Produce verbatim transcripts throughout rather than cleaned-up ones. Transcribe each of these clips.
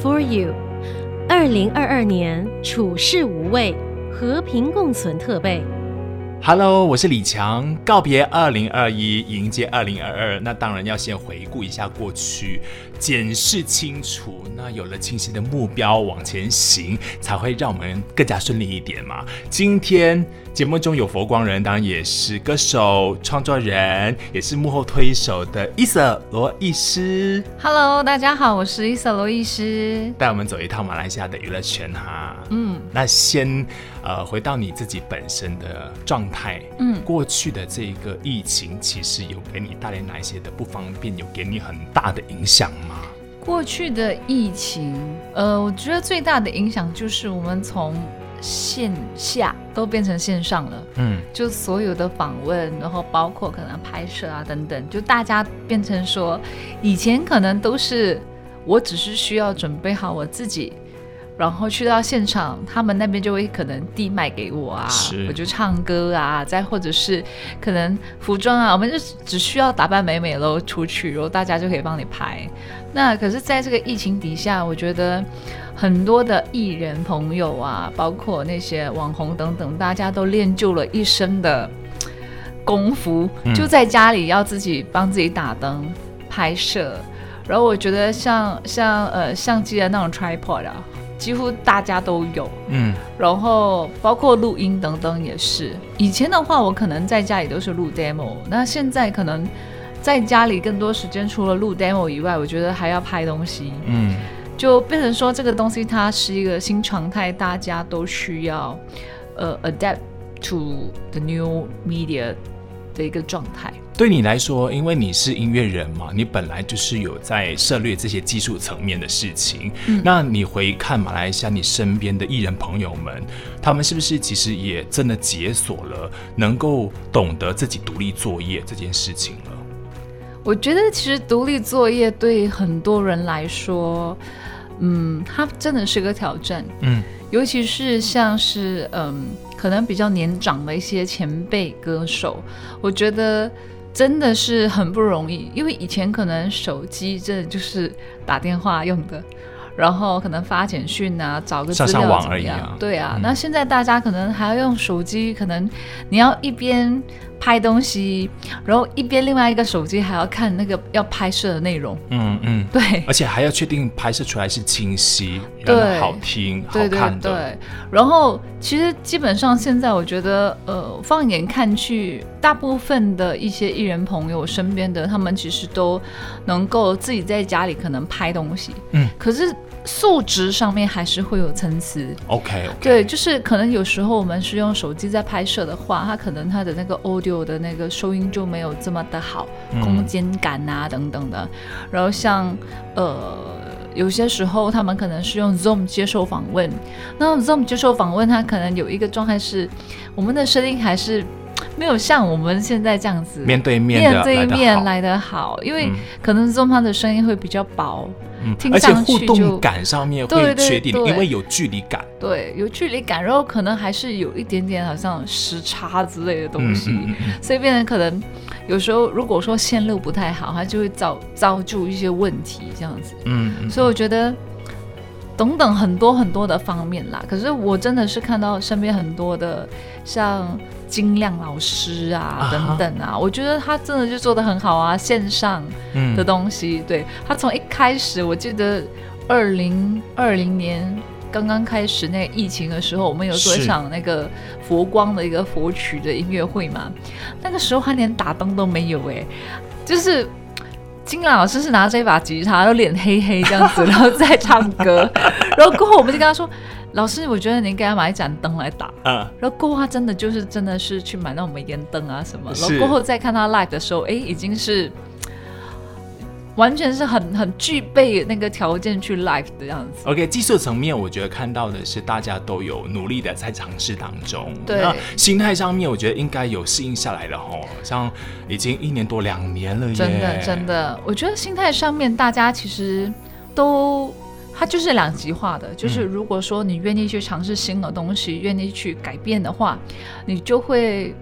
for you。二零二二年处事无畏，和平共存特备。 Hello， 我是李强。告别二零二一，迎接二零二二，那当然要先回顾一下过去，检视清楚。那有了清晰的目标往前行，才会让我们更加顺利一点嘛。今天节目中有佛光人，当然也是歌手、创作人，也是幕后推手的伊瑟罗医师。 Hello， 大家好，我是伊瑟罗医师， 带我们走一趟马来西亚的娱乐圈哈。 嗯， 那先呃回到你自己本身的状态，嗯，过去的这个疫情其实有给你带来哪一些的不方便，有给你很大的影响吗？ 过去的疫情，呃，我觉得最大的影响就是我们从线下都变成线上了，嗯，就所有的访问，然后包括可能拍摄啊等等，就大家变成说，以前可能都是我只是需要准备好我自己，然后去到现场，他们那边就会可能递麦给我啊，我就唱歌啊，再或者是可能服装啊，我们就只需要打扮美美喽出去，然后大家就可以帮你拍。那可是在这个疫情底下，我觉得很多的艺人朋友啊，包括那些网红等等，大家都练就了一身的功夫，嗯，就在家里要自己帮自己打灯拍摄，然后我觉得像像呃相机的那种 tripod 啊，几乎大家都有，嗯，然后包括录音等等也是。以前的话，我可能在家里都是录 demo， 那现在可能在家里更多时间，除了录 demo 以外，我觉得还要拍东西，嗯，就变成说这个东西它是一个新常态，大家都需要呃 adapt to the new media 的一个状态。 对你来说，因为你是音乐人嘛，你本来就是有在涉猎这些技术层面的事情，嗯，那你回看马来西亚你身边的艺人朋友们，他们是不是其实也真的解锁了能够懂得自己独立作业这件事情了？ 我觉得其实独立作业对很多人来说，嗯，它真的是个挑战，嗯，尤其是像是嗯，可能比较年长的一些前辈歌手，我觉得真的是很不容易，因为以前可能手机真的就是打电话用的，然后可能发简讯啊，找个资料怎么样， 上上网而已啊， 对啊，嗯，那现在大家可能还要用手机，可能你要一边拍东西，然后一边另外一个手机还要看那个要拍摄的内容，嗯嗯，对， 而且还要确定拍摄出来是清晰，然后好听好看的， 对对对。然后其实基本上现在我觉得，呃，放眼看去，大部分的一些艺人朋友身边的，他们其实都能够自己在家里可能拍东西，嗯，可是素质上面还是会有参差。 OK, okay 对，就是可能有时候我们是用手机在拍摄的话，它可能它的那个 audio 的那个收音就没有这么的好，嗯，空间感啊等等的。然后像呃有些时候他们可能是用 Zoom 接受访问，那 Zoom 接受访问它可能有一个状态是我们的声音还是没有像我们现在这样子面对面的面对面来得好，因为可能 Zoom 它的声音会比较薄，嗯，听而且上去就互动感上面会确定，因为有距离感， 对，有距离感，然后可能还是有一点点好像时差之类的东西，嗯嗯嗯，所以变成可能有时候如果说线路不太好，它就会造造就一些问题这样子，嗯，嗯，所以我觉得等等很多很多的方面啦。可是我真的是看到身边很多的像金亮老师啊等等啊，我觉得他真的就做得很好啊，线上的东西，嗯，对，他从一开始我记得二零二零年刚刚开始那个疫情的时候，我们有做一场那个佛光的一个佛曲的音乐会嘛，那个时候他连打灯都没有哎，就是金兰老师是拿着一把吉他，然后脸黑黑这样子，然后再唱歌，然后过后我们就跟他说，老师，我觉得你应该要买一盏灯来打，嗯，然后过后他真的就是真的是去买那种美颜灯啊什么，然后过后再看他 live 的时候，哎，已经是完全是很很具备那个条件去 live 的样子。 OK， 技术层面我觉得看到的是大家都有努力的在尝试当中， 对， 那心态上面我觉得应该有适应下来了齁，像已经一年多两年了耶， 真的真的，我觉得心态上面大家其实都它就是两极化的，就是如果说你愿意去尝试新的东西，愿意去改变的话，你就会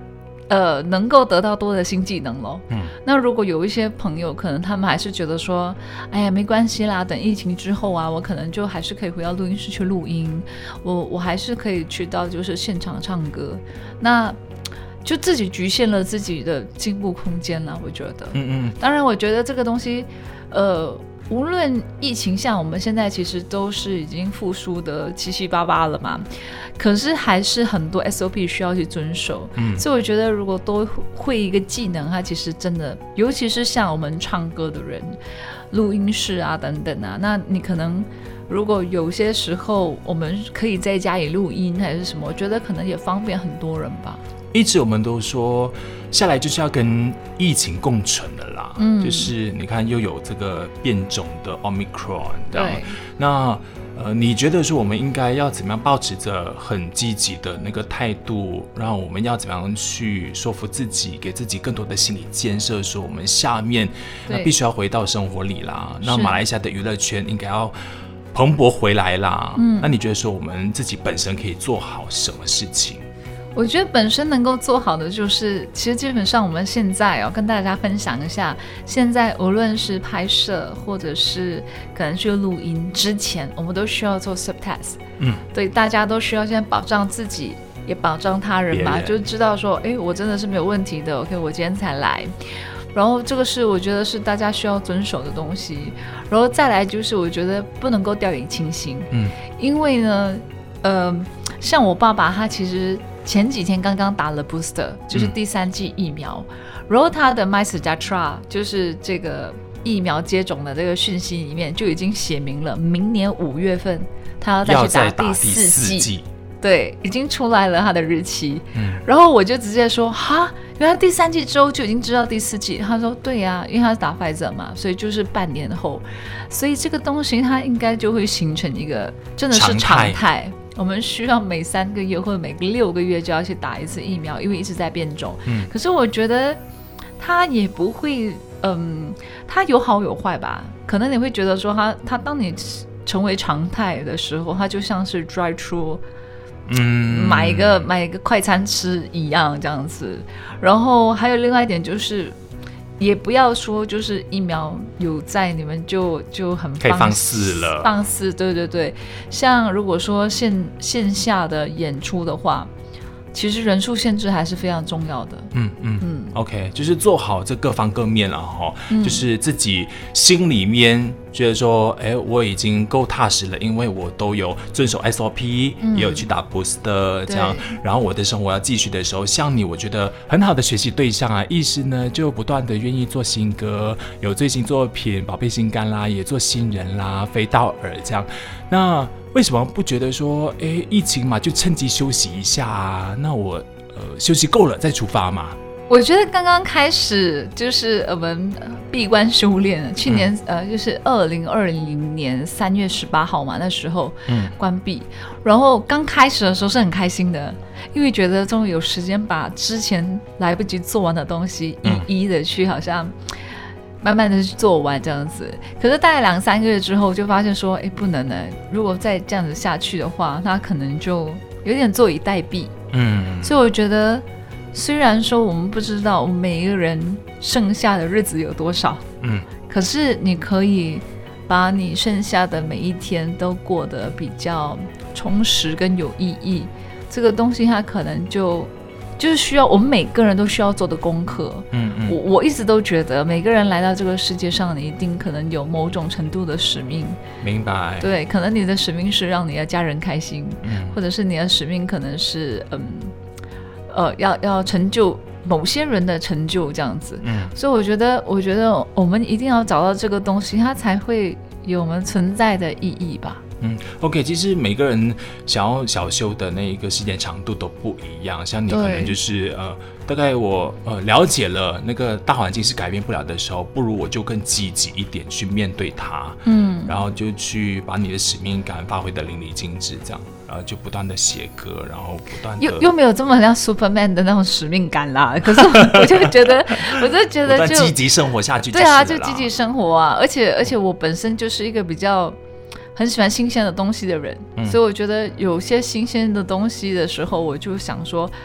呃，能够得到多的新技能咯。嗯，那如果有一些朋友，可能他们还是觉得说，哎呀，没关系啦，等疫情之后啊，我可能就还是可以回到录音室去录音，我我还是可以去到就是现场唱歌，那就自己局限了自己的进步空间啦，我觉得。嗯嗯。当然，我觉得这个东西，呃。无论疫情下，我们现在其实都是已经复苏的七七八八了嘛，可是还是很多 S O P 需要去遵守。嗯，所以我觉得如果都会一个技能，它其实真的，尤其是像我们唱歌的人，录音室啊等等啊，那你可能如果有些时候我们可以在家里录音还是什么，我觉得可能也方便很多人吧。 一直我们都说下来就是要跟疫情共存的啦，嗯，就是你看又有这个变种的 Omicron， 对，那呃，你觉得说我们应该要怎么样保持着很积极的那个态度，然后我们要怎么样去说服自己，给自己更多的心理建设，说我们下面那必须要回到生活里啦，那马来西亚的娱乐圈应该要蓬勃回来啦，嗯，那你觉得说我们自己本身可以做好什么事情？ 我觉得本身能够做好的就是，其实基本上我们现在哦，跟大家分享一下，现在无论是拍摄或者是可能去录音之前，我们都需要做 swab test。嗯，对，大家都需要先保障自己，也保障他人嘛，就知道说，哎，我真的是没有问题的 ，OK， 我今天才来。然后这个是我觉得是大家需要遵守的东西。然后再来就是我觉得不能够掉以轻心，嗯，因为呢，呃，像我爸爸他其实。前几天刚刚打了 booster， 就是第三剂疫苗，嗯、然后他的 MySejahtera 就是这个疫苗接种的这个讯息里面就已经写明了，明年五月份他要再去打第四剂，对，已经出来了他的日期。嗯，然后我就直接说，哈，原来第三剂之后就已经知道第四剂。他说，对呀、啊，因为他是打 Pfizer 嘛，所以就是半年后，所以这个东西它应该就会形成一个真的是常态。我们需要每三个月或者每六个月就要去打一次疫苗，因为一直在变种。嗯，可是我觉得它也不会，嗯，它有好有坏吧。可能你会觉得说它，它当你成为常态的时候，它就像是 drive through， 嗯，买一个买一个快餐吃一样这样子。然后还有另外一点就是。也不要说就是疫苗有在，你们就就很可以放肆了， 放肆，对对对。像如果说线线下的演出的话，其实人数限制还是非常重要的。嗯嗯嗯 ，OK， 就是做好这各方各面了哈，嗯、就是自己心里面觉得说，哎，我已经够踏实了，因为我都有遵守 S O P，、嗯、也有去打 booster 这样，然后我的生活要继续的时候，像你，我觉得很好的学习对象啊，医师呢就不断的愿意做新歌，有最新作品，宝贝心肝啦，也做新人啦，飞到耳这样，那。为什么不觉得说，哎，疫情嘛，就趁机休息一下啊？那我呃休息够了再出发嘛？ 我觉得刚刚开始就是我们闭关修炼，去年、嗯、呃就是二零二零年三月十八号嘛，那时候关闭，嗯、然后刚开始的时候是很开心的，因为觉得终于有时间把之前来不及做完的东西一一的去好像。慢慢的去做完这样子，可是大概两三个月之后就发现说，哎，不能呢，如果再这样子下去的话，他可能就有点坐以待毙。嗯，所以我觉得，虽然说我们不知道每一个人剩下的日子有多少，嗯，可是你可以把你剩下的每一天都过得比较充实跟有意义，这个东西它可能就。就是需要我们每个人都需要做的功课。嗯嗯，我我一直都觉得每个人来到这个世界上，你一定可能有某种程度的使命。 明白。 对，可能你的使命是让你的家人开心，嗯、或者是你的使命可能是嗯呃要要成就某些人的成就这样子。嗯，所以我觉得我觉得我们一定要找到这个东西，它才会有我们存在的意义吧。 嗯 ，OK， 其实每个人想要小修的那一个时间长度都不一样，像你可能就是呃，大概我呃了解了那个大环境是改变不了的时候，不如我就更积极一点去面对它，嗯，然后就去把你的使命感发挥得淋漓尽致，这样，然后就不断的写歌，然后不断的又又没有这么像 Superman 的那种使命感啦，可是我就觉得，我就觉得就积极生活下去就对啊，就积极生活啊，而且而且我本身就是一个比较。很喜欢新鲜的东西的人、嗯、所以我觉得有些新鲜的东西的时候我就想说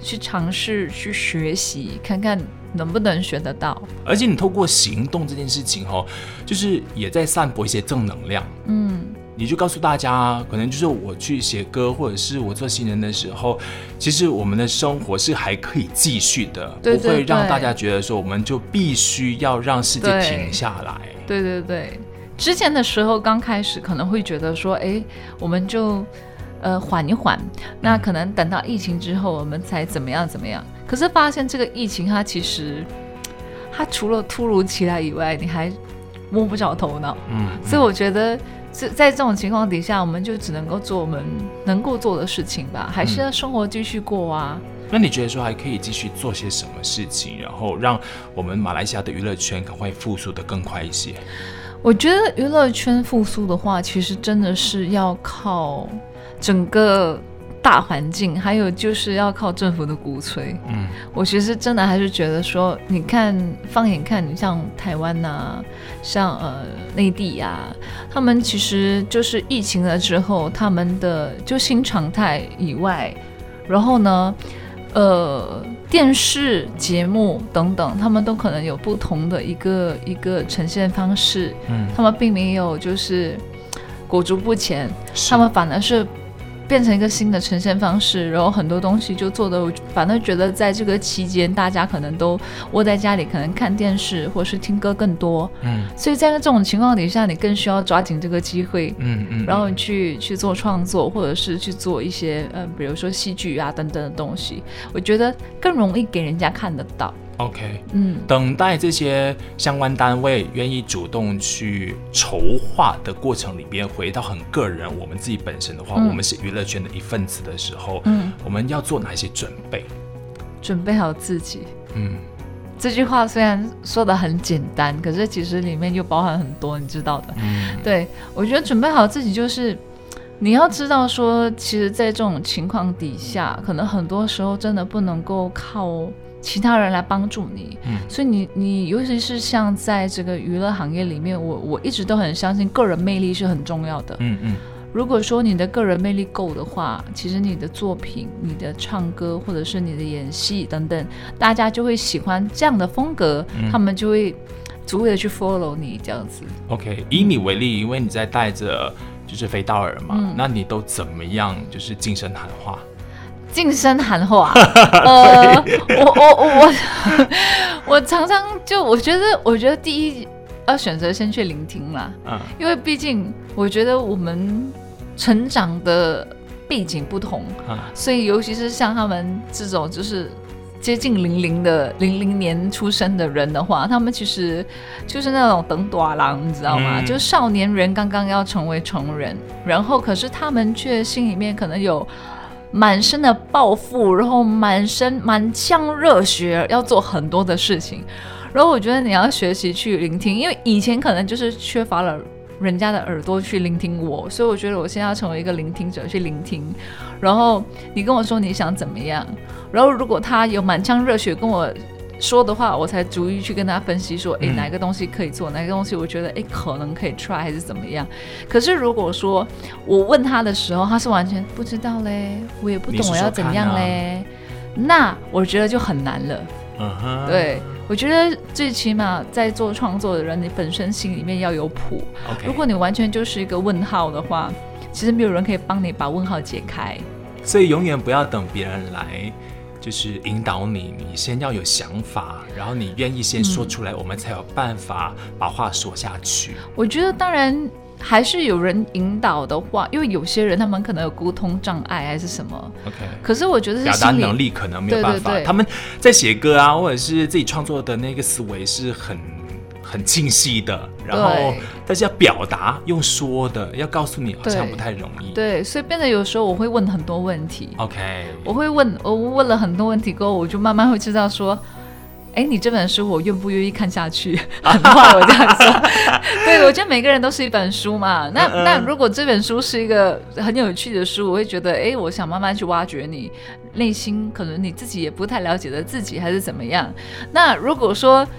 去尝试去学习，看看能不能学得到。 而且你透过行动这件事情哦，就是也在散播一些正能量。嗯，你就告诉大家，可能就是我去写歌，或者是我做新人的时候，其实我们的生活是还可以继续的， 对对对， 不会让大家觉得说我们就必须要让世界停下来。 对对对，之前的时候刚开始可能会觉得说，哎，我们就呃缓一缓，那可能等到疫情之后我们才怎么样怎么样。可是发现这个疫情它其实它除了突如其来以外，你还摸不着头脑。嗯，所以我觉得在这种情况底下，我们就只能够做我们能够做的事情吧，还是要生活继续过啊。嗯， 那你觉得说还可以继续做些什么事情，然后让我们马来西亚的娱乐圈赶快复苏的更快一些？ 我觉得娱乐圈复苏的话，其实真的是要靠整个大环境，还有就是要靠政府的鼓吹。嗯，我其实真的还是觉得说，你看放眼看，你像台湾啊，像呃内地啊，他们其实就是疫情了之后，他们的就新常态以外，然后呢，呃，电视节目等等，他们都可能有不同的一个一个呈现方式。嗯，他们并没有就是裹足不前，他们反而是变成一个新的呈现方式，然后很多东西就做的，我反正觉得在这个期间，大家可能都窝在家里，可能看电视或是听歌更多。嗯，所以在这种情况底下，你更需要抓紧这个机会，嗯嗯，然后去去做创作，或者是去做一些呃，比如说戏剧啊等等的东西，我觉得更容易给人家看得到。 OK， 嗯，等待这些相关单位愿意主动去筹划的过程里边，回到很个人，我们自己本身的话，嗯，我们是娱乐圈的一份子的时候，嗯，我们要做哪些准备？ 准备好自己。嗯，这句话虽然说的很简单，可是其实里面又包含很多，你知道的。嗯，对，我觉得准备好自己就是你要知道说，其实在这种情况底下，可能很多时候真的不能够靠其他人来帮助你。嗯，所以你你尤其是像在这个娱乐行业里面，我我一直都很相信个人魅力是很重要的。嗯嗯，如果说你的个人魅力够的话，其实你的作品、你的唱歌或者是你的演戏等等，大家就会喜欢这样的风格，嗯，他们就会逐渐的去 follow 你这样子。 OK， 以你为例，因为你在带着就是飞道尔嘛，嗯，那你都怎么样就是近身喊话？ 近身喊话，呃，我我我我常常就我觉得，我觉得第一要选择先去聆听啦，嗯，因为毕竟我觉得我们成长的背景不同，嗯，所以尤其是像他们这种就是接近零零的零零年出生的人的话，他们其实就是那种等大郎，你知道吗？嗯，就少年人刚刚要成为成人，然后可是他们却心里面可能有满身的抱负，然后满身满腔热血，要做很多的事情。然后我觉得你要学习去聆听，因为以前可能就是缺乏了人家的耳朵去聆听我，所以我觉得我现在要成为一个聆听者去聆听。然后你跟我说你想怎么样，然后如果他有满腔热血跟我说的话，我才逐一去跟他分析说，哎，哪个东西可以做，哪个东西我觉得哎可能可以 try 还是怎么样。可是如果说我问他的时候，他是完全不知道嘞，我也不懂我要怎样嘞，说说那我觉得就很难了。Uh-huh. 对，我觉得最起码在做创作的人，你本身心里面要有谱。Okay. 如果你完全就是一个问号的话，其实没有人可以帮你把问号解开。 所以永远不要等别人来就是引导你，你先要有想法，然后你愿意先说出来，嗯，我们才有办法把话说下去。 我觉得当然还是有人引导的话，因为有些人他们可能有沟通障碍还是什么 OK， 可是我觉得是表达能力可能没有办法，对对对，他们在写歌啊或者是自己创作的那个思维是很很清晰的，然后但是要表达用说的要告诉你好像不太容易。 对， 对，所以变得有时候我会问很多问题。 OK， 我会问我问了很多问题过后，我就慢慢会知道说，哎，你这本书我愿不愿意看下去？很坏我这样说。对，我觉得每个人都是一本书嘛。那那如果这本书是一个很有趣的书，我会觉得，哎，我想慢慢去挖掘你内心可能你自己也不太了解的自己，还是怎么样。那如果说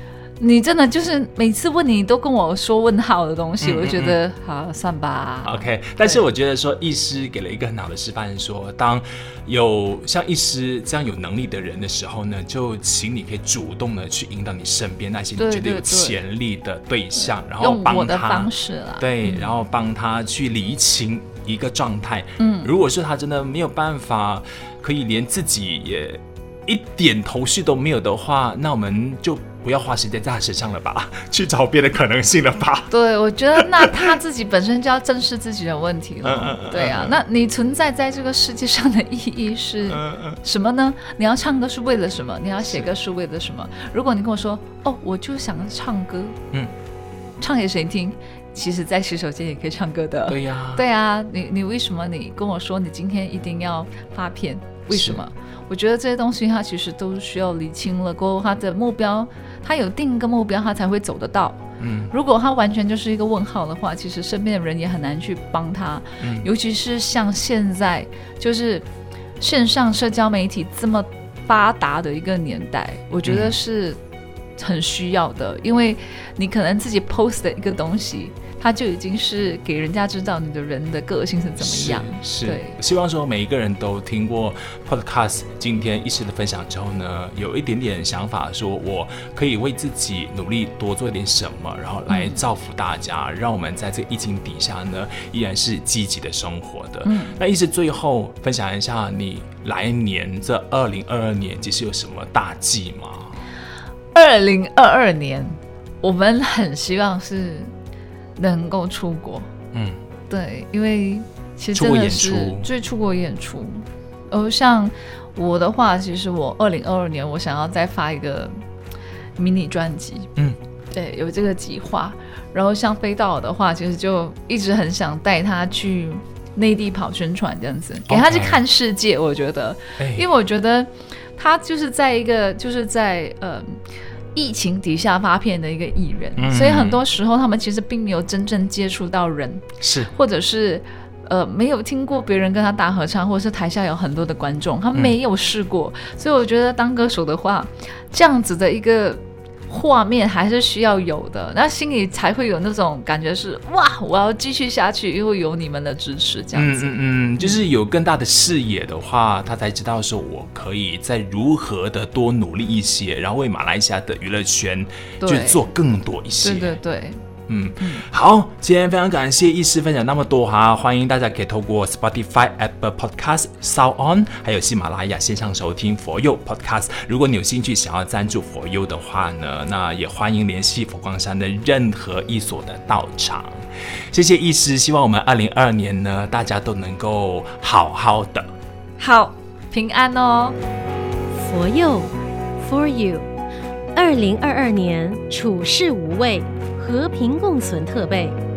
你真的就是每次问你都跟我说问号的东西，嗯嗯嗯我觉得好算吧。 OK， 但是我觉得说医师给了一个很好的示范说，说当有像医师这样有能力的人的时候呢，就请你可以主动的去引导你身边那些你觉得有潜力的对象，对对对然后帮他用我的方式啦， 对，嗯、然后帮他去厘清一个状态。嗯，如果是他真的没有办法，可以连自己也一点头绪都没有的话，那我们就不要花时间在他身上了吧，去找别的可能性了吧。 对，我觉得那他自己本身就要正视自己的问题了。嗯嗯对啊，那你存在在这个世界上的意义是什么呢？你要唱歌是为了什么？你要写歌是为了什么？如果你跟我说，哦，我就想唱歌，嗯，唱给谁听？其实在洗手间也可以唱歌的。 对呀、啊， 对啊，你你为什么你跟我说你今天一定要发片？为什么？我觉得这些东西它其实都需要理清了过后，他的目标，他有定一个目标，他才会走得到。嗯，如果他完全就是一个问号的话，其实身边的人也很难去帮他。嗯，尤其是像现在就是线上社交媒体这么发达的一个年代，我觉得是很需要的，因为你可能自己 post 的一个东西，它就已经是给人家知道你的人的个性是怎么样。 是，是希望说每一个人都听过 podcast 今天医师的分享之后呢，有一点点想法，说我可以为自己努力多做一点什么，然后来造福大家，嗯、让我们在这个疫情底下呢，依然是积极的生活的。嗯，那医师最后分享一下，你来年这二零二二年其实有什么大计吗？ 二零二二年，我们很希望是能够出国，嗯，对，因为其实真的是最出国演出。呃，像我的话，其实我二零二二年我想要再发一个迷你专辑，嗯，对，有这个计划。然后像飞到的话，其实就一直很想带他去内地跑宣传这样子，给他去看世界。Okay. 我觉得，因为我觉得他就是在一个就是在呃。疫情底下发片的一个艺人、嗯、所以很多时候他们其实并没有真正接触到人， 是或者是呃没有听过别人跟他大合唱，或者是台下有很多的观众，他没有试过、嗯、所以我觉得当歌手的话，这样子的一个画面还是需要有的，那心里才会有那种感觉是哇，我要继续下去，因为有你们的支持，这样子。 嗯嗯嗯，就是有更大的视野的话，他才知道说我可以再如何的多努力一些，然后为马来西亚的娱乐圈去做更多一些。 对对对。 嗯，好，今天非常感谢医师分享那么多哈，欢迎大家可以透过 Spotify、Apple Podcast、SoundOn 还有喜马拉雅线上收听佛佑 Podcast。如果你有兴趣想要赞助佛佑的话呢，那也欢迎联系佛光山的任何一所的道场。谢谢医师，希望我们二零二二年呢，大家都能够好好的， 好平安哦。 佛佑 For You， 二零二二年处事无畏，和平共存特备。